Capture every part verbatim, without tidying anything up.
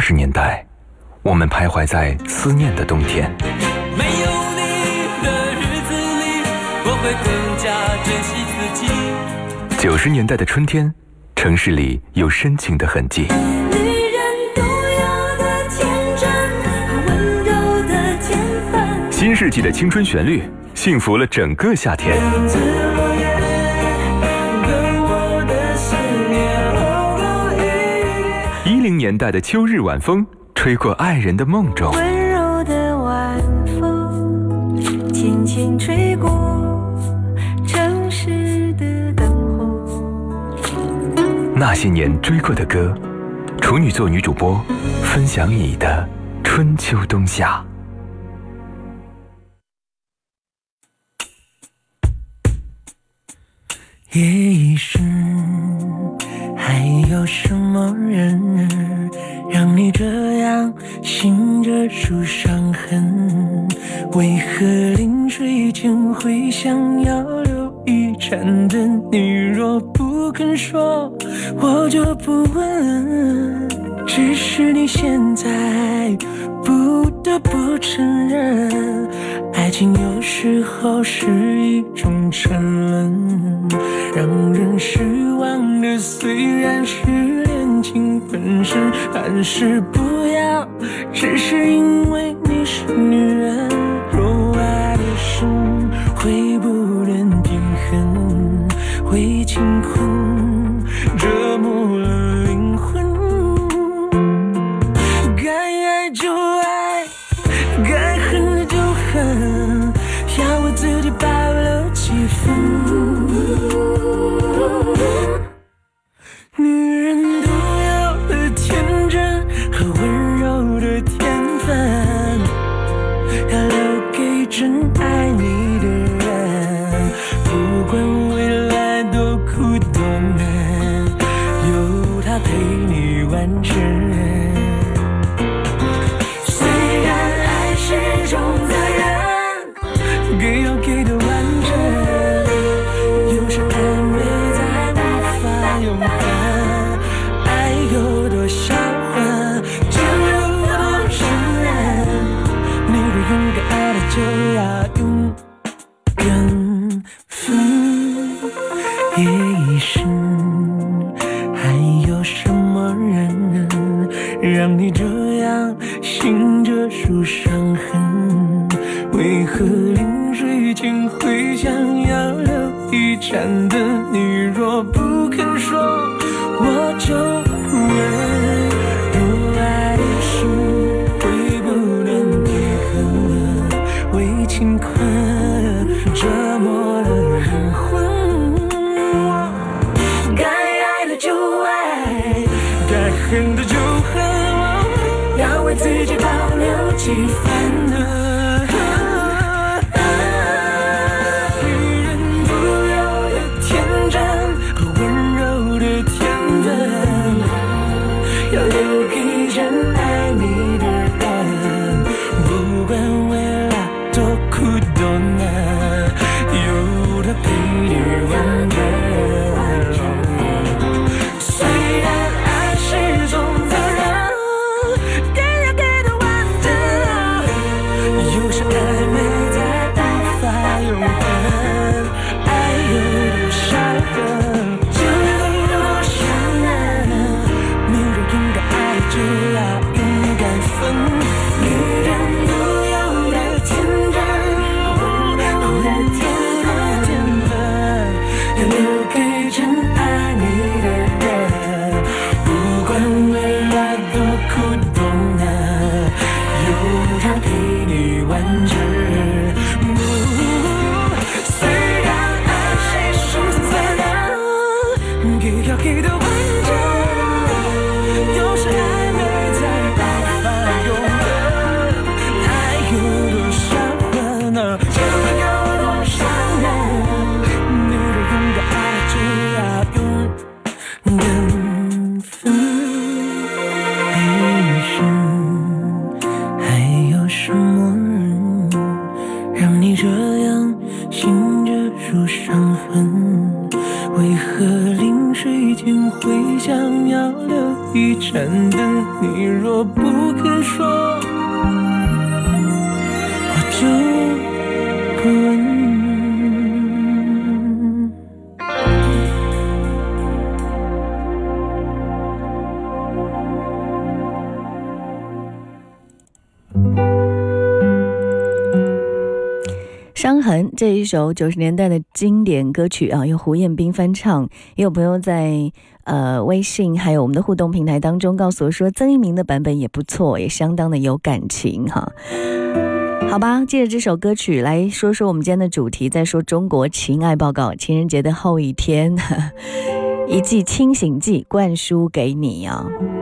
十年代，我们徘徊在思念的冬天。 没有你的日子里，我会更加珍惜自己。 九十年代的春天，城市里有深情的痕迹。 女人独有的天真和温柔的天分， 新世纪的青春旋律，幸福了整个夏天。一零年代的秋日晚风，吹过爱人的梦中。 温柔的晚风，轻轻吹过城市的灯红。 那些年追过的歌，处女座女主播分享你的春秋冬夏。 夜已深，还有什么人让你这样醒着数伤痕？为何临睡前会想要留一盏灯？你若不肯说，我就不问。只是你现在不得不承认，爱情有时候是一种沉沦，让人失望的虽然是恋情本身，但是不要只是因为你是女人。若爱的深会不能平衡，会惊魂折磨了灵魂。该爱就爱，该恨就恨，要为自己保留几分。女人独有的天真和温柔的天分，要留给真爱你的人。不管未来多苦多难，有他陪你完成。虽然爱是种责任，给要给的完整，有时暧昧在无法永恒。爱有多销魂，就有多伤人。你若勇敢爱的就要勇敢分。夜已深，还有什么人让你这样醒着数伤痕？为何临睡前会想要留一盏灯？你若不肯说，我就不问。若爱的深会不能平衡，为情困折磨了灵魂。该爱的就爱，该恨的就恨，要为自己保留几分呢？女人独有的天真和温柔的天分，要留给真爱你的人。不管未来多苦多难，有他陪你完整。虽然爱是种责任，给要给的完整，有时暧昧在无法永恒。爱有多伤痕，就有多伤人。你若勇敢爱，就要勇敢你若不肯说，我就不问。 伤痕这一首九十年代的经典歌曲啊，由胡彦斌翻唱。也有朋友在呃微信还有我们的互动平台当中告诉我说，曾一鸣的版本也不错，也相当的有感情哈。好吧，借着这首歌曲来说说我们今天的主题，在说中国情爱报告，情人节的后一天，一剂清醒剂灌输给你啊。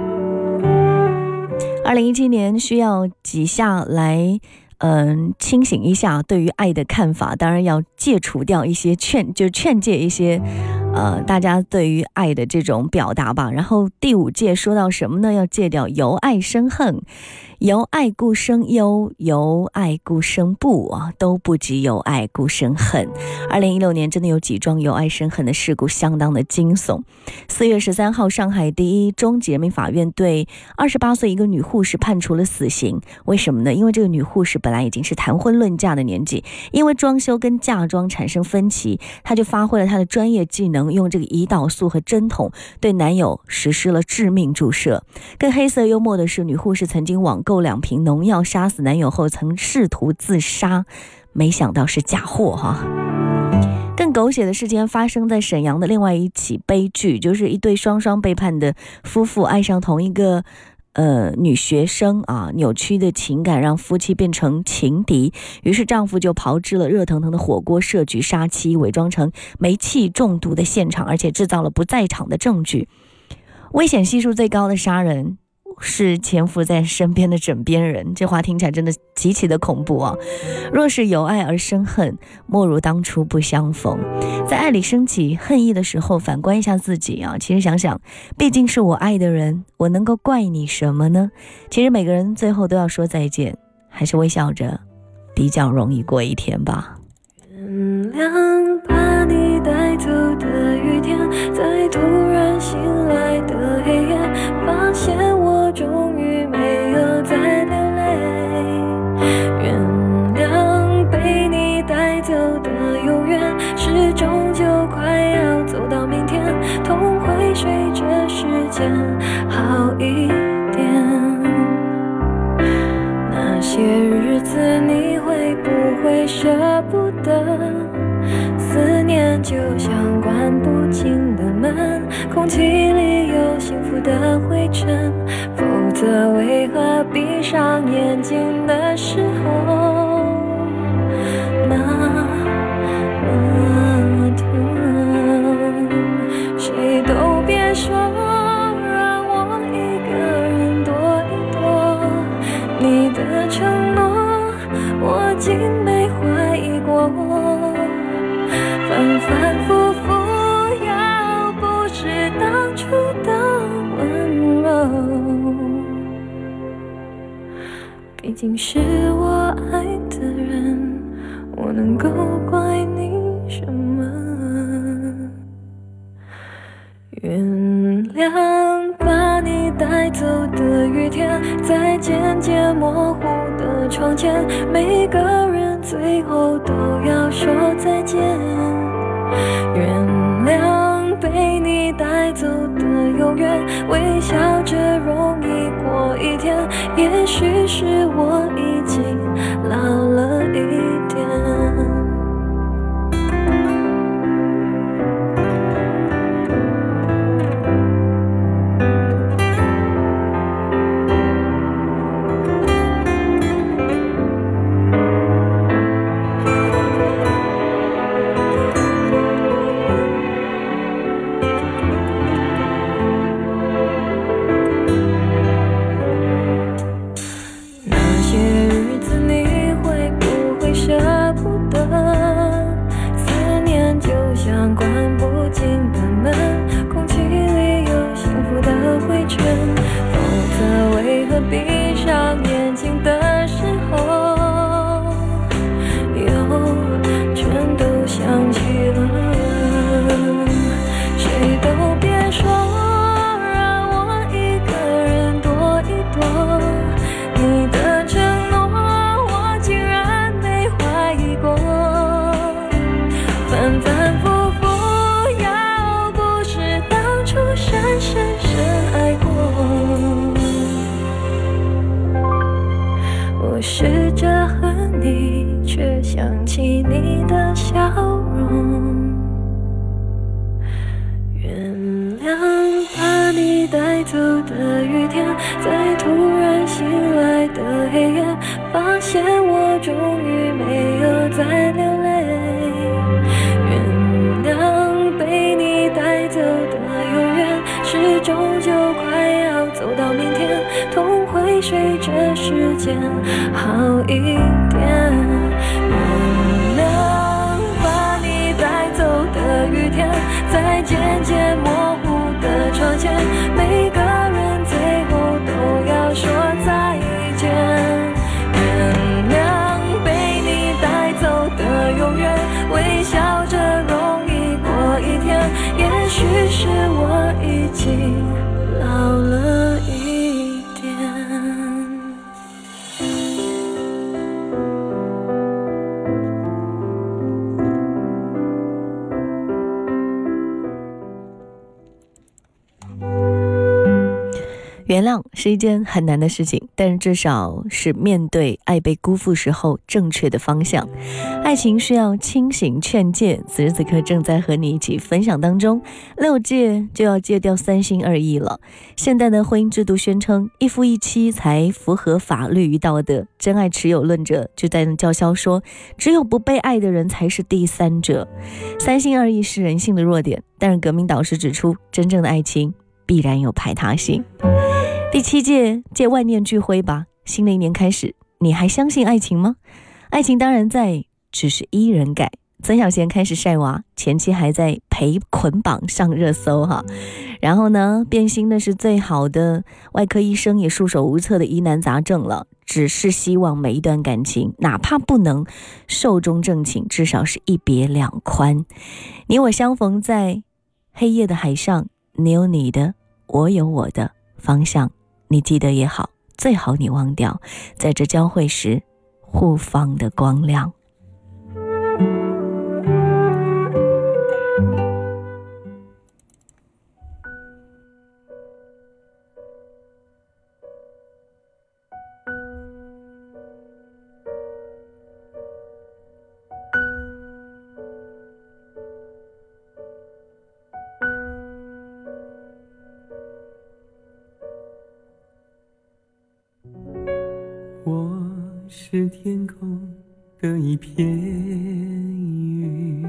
二零一七年需要几下来嗯，清醒一下对于爱的看法，当然要戒除掉一些劝，就劝诫一些呃大家对于爱的这种表达吧。然后第五戒说到什么呢？要戒掉由爱生恨，由爱故生忧，由爱故生怖啊，都不及由爱故生恨。二零一六年真的有几桩由爱生恨的事故，相当的惊悚。四月十三号，上海第一中级人民法院对二十八岁一个女护士判处了死刑。为什么呢？因为这个女护士本来已经是谈婚论嫁的年纪，因为装修跟嫁妆产生分歧，她就发挥了她的专业技能，用这个胰岛素和针筒对男友实施了致命注射。更黑色幽默的是，女护士曾经网购两瓶农药杀死男友后，曾试图自杀，没想到是假货哈。更狗血的事件发生在沈阳的另外一起悲剧，就是一对双双背叛的夫妇爱上同一个呃女学生啊，扭曲的情感让夫妻变成情敌，于是丈夫就炮制了热腾腾的火锅，设局杀妻，伪装成煤气中毒的现场，而且制造了不在场的证据。危险系数最高的杀人是潜伏在身边的枕边人，这话听起来真的极其的恐怖啊！若是由爱而生恨，莫如当初不相逢。在爱里升起恨意的时候，反观一下自己啊，其实想想，毕竟是我爱的人，我能够怪你什么呢？其实每个人最后都要说再见，还是微笑着比较容易过一天吧。 原谅把你带走的雨天，在突然醒来的黑夜，发现我终于没有再流泪。原谅被你带走的永远，是终究快要走到明天，痛会随着时间好一点。那些日子你会不会舍不得？思念就像关不紧的门，空气里有幸福的灰尘，否则为何闭上眼睛的时候那么疼？谁都别说让我一个人躲一躲，你的承诺我竟没怀疑过，反反复复，要不是当初的温柔，毕竟是我爱的人，我能够怪你什么？原谅把你带走的雨天，在渐渐模糊的窗前，每个人最后都要说再见。原谅被你带走的永远，微笑着容易过一天，也许是我已经老了一点。 的雨天，在突然醒来的黑夜，发现我终于没有再流泪。原谅被你带走的永远，是终究快要走到明天，痛会随着时间好一点。原谅把你带走的雨天，在渐渐模糊的窗前，每个人最后都要说再见。原谅被你带走的永远，微笑着容易过一天，也许是我已经老了一点。 原谅是一件很难的事情，但是至少是面对爱被辜负时候正确的方向。爱情需要清醒劝诫，此时此刻正在和你一起分享当中。六戒就要戒掉三心二意了。现代的婚姻制度宣称一夫一妻才符合法律与道德，真爱持有论者就在那叫嚣说，只有不被爱的人才是第三者。三心二意是人性的弱点，但是革命导师指出，真正的爱情必然有排他性。第七届借万念俱灰吧，新的一年开始，你还相信爱情吗？爱情当然在，只是依人改。曾小贤开始晒娃，前期还在陪捆绑上热搜哈。然后呢，变心的是最好的，外科医生也束手无策的疑难杂症了。只是希望每一段感情，哪怕不能寿终正寝，至少是一别两宽。你我相逢在黑夜的海上，你有你的，我有我的方向。你记得也好，最好你忘掉，在这交汇时互放的光亮。 我是天空的一片云，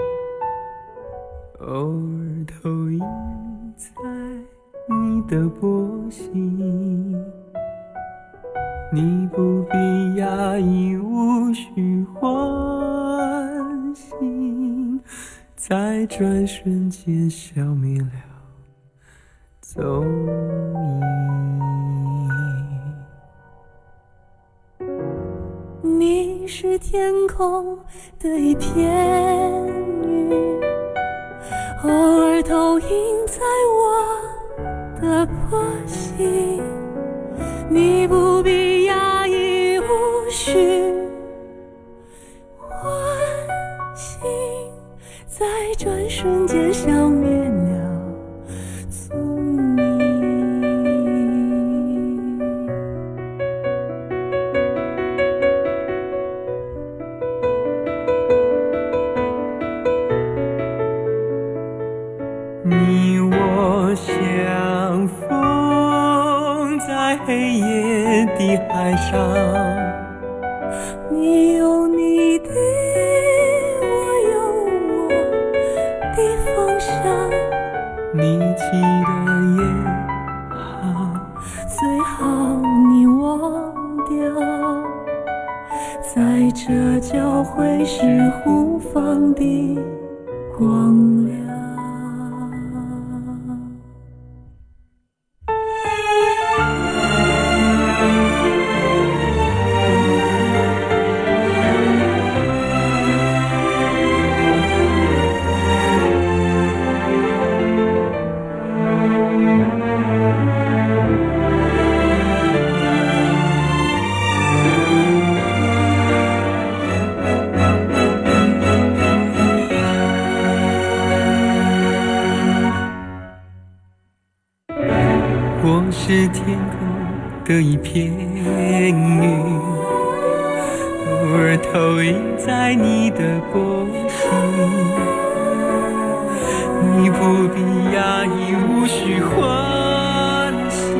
偶尔投影在你的波心，你不必压抑，无需欢欣，在转瞬间消灭了踪影。 你是天空的一片云，偶尔投影在我的波心，你不必压抑，无需欢欣，在转瞬间消灭了踪影。 你我相逢在黑夜的海上， 你有你的，我有我的方向， 你记得也好， 最好你忘掉，在这交汇时互放的光亮。 我是天空的一片云，偶尔投影在你的波心，你不必压抑，无需欢喜，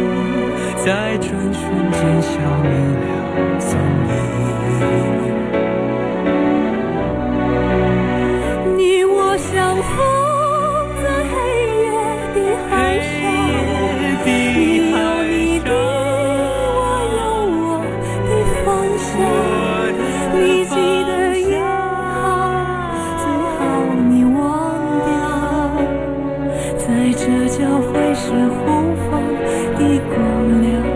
在转瞬间消灭了踪影。 你我相逢在黑夜的海上，你有你的，我有我的方向。你记得也好，最好你忘掉，在这交汇时互放的光亮。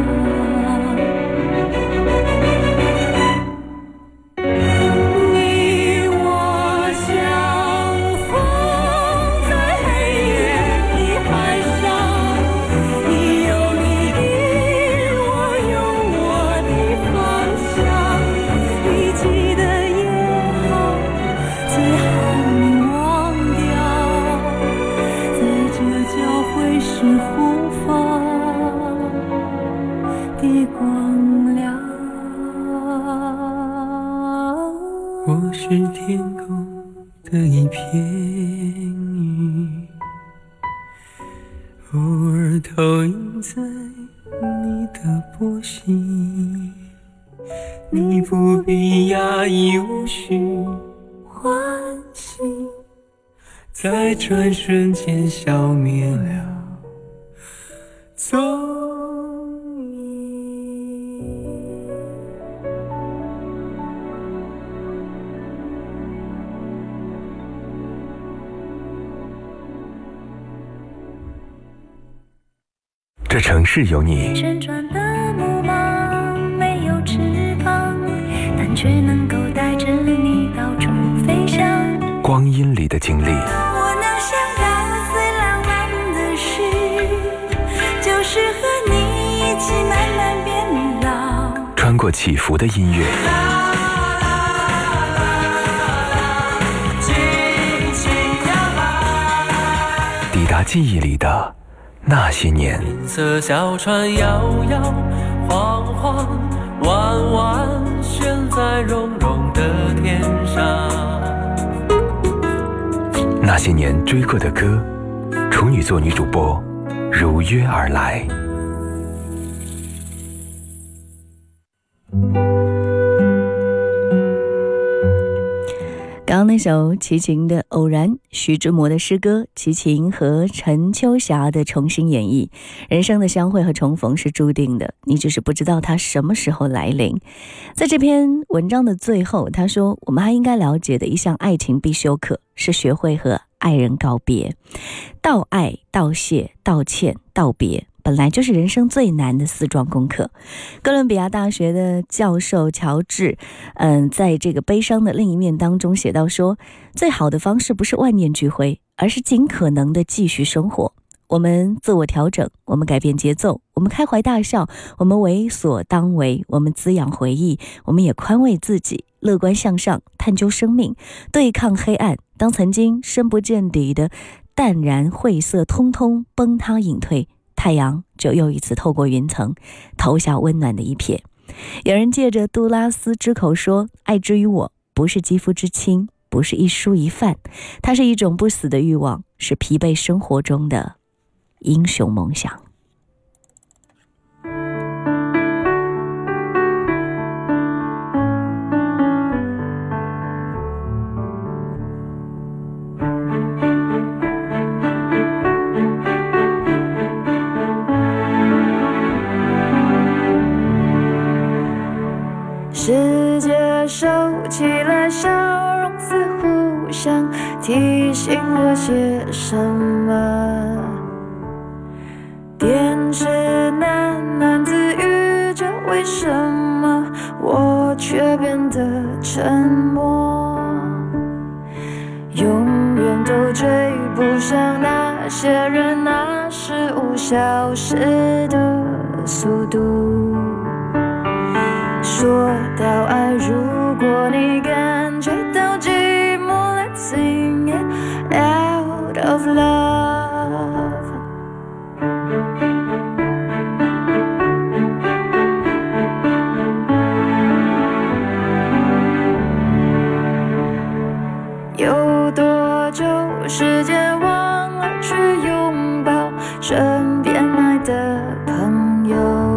我是天空的一片云，偶尔投影在你的波心，你不必压抑无需欢喜，在转瞬间消灭了踪影。 这城市有你， 旋转的木马没有翅膀，但却能够带着你到处飞翔。 光阴里的经历， 我能想到最浪漫的事，就是和你一起慢慢变老。 穿过起伏的音乐，抵达记忆里的那些年。 银色小船摇摇晃晃，弯弯悬在绒绒的天上。 那些年追过的歌，处女座女主播如约而来。 刚刚那首齐秦的《偶然》，徐志摩的诗歌，齐秦和陈秋霞的重新演绎。人生的相会和重逢是注定的，你只是不知道它什么时候来临。在这篇文章的最后，他说，我们还应该了解的一项爱情必修课是学会和爱人告别。道爱、道谢、道歉、道别，本来就是人生最难的四桩功课。哥伦比亚大学的教授乔治，嗯，在这个悲伤的另一面当中写到说，最好的方式不是万念俱灰，而是尽可能的继续生活。我们自我调整，我们改变节奏，我们开怀大笑，我们为所当为，我们滋养回忆，我们也宽慰自己，乐观向上，探究生命，对抗黑暗。当曾经深不见底的淡然晦涩通通崩塌隐退，太阳就又一次透过云层投下温暖的一瞥。有人借着杜拉斯之口说，爱之于我不是肌肤之亲，不是一蔬一饭，它是一种不死的欲望，是疲惫生活中的英雄梦想。 世界收起了笑容，似乎想提醒我些什么。电视喃喃自语着，为什么我却变得沉默？永远都追不上那些人那事物消失的速度。说到爱，如果你感觉到寂寞 ，Let's sing it out of love。有多久时间忘了去拥抱身边爱的朋友？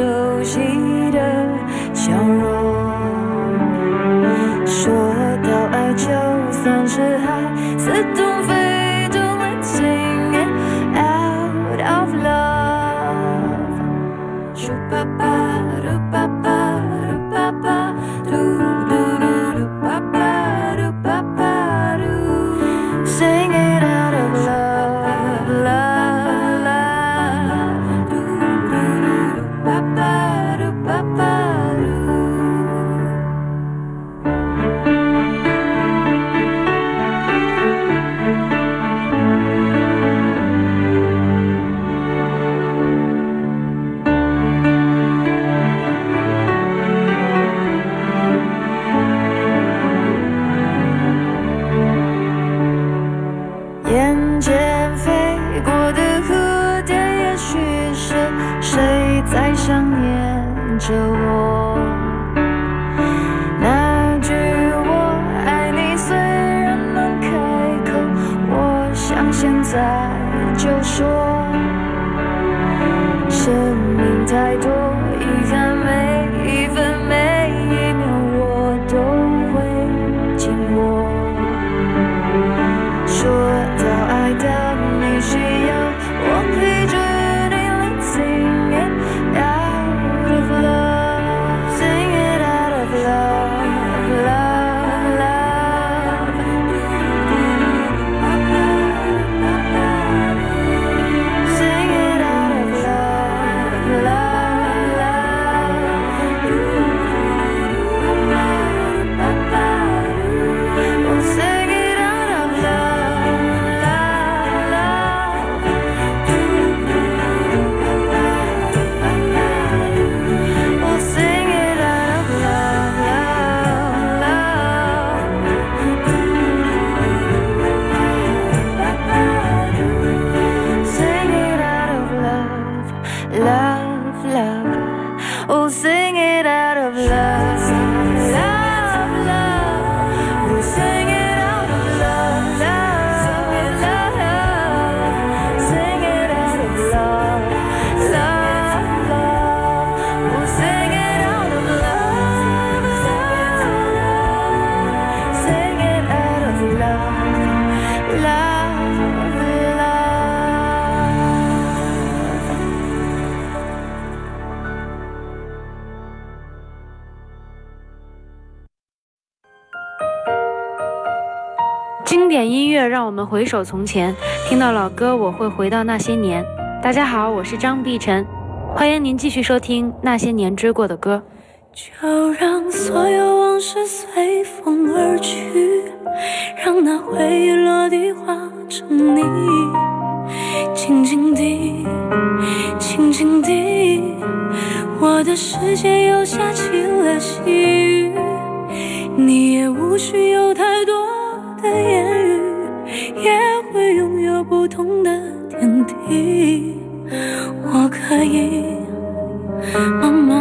熟悉的笑容。说到爱，就算是海似懂非懂 ，Let's sing it out of love。嘟吧吧，嘟吧吧，嘟吧吧，嘟嘟嘟嘟吧吧，嘟吧吧嘟 ，sing it out of love, love, love。嘟嘟嘟嘟吧吧，嘟吧吧嘟。眼前飞过的蝴蝶，也许是谁在想念着我。那句我爱你虽然能开口，我想现在就说。生命太多遗憾，每一分每一秒我都会紧握。说到爱的你需要我陪着你 ，Let's sing it out of love, sing it out of love, love, love。Sing it out of love, love, love。Oh, sing it out of love, love, love。Oh, sing it out of love, love, love。Sing it out of love, love, love。Oh, sing it out of love, love, love。Oh, sing it out of love, love, love。Sing it out of love, love, love。Oh, sing it out of love, love。Sing it out of love, love, love。 经典音乐让我们回首从前，听到老歌我会回到那些年。大家好，我是张碧晨，欢迎您继续收听那些年追过的歌。 就让所有往事随风而去，让那回忆落地化成泥，静静地，静静地，我的世界又下起了细雨，你也无需有太多的言语，也会拥有不同的天地。我可以慢慢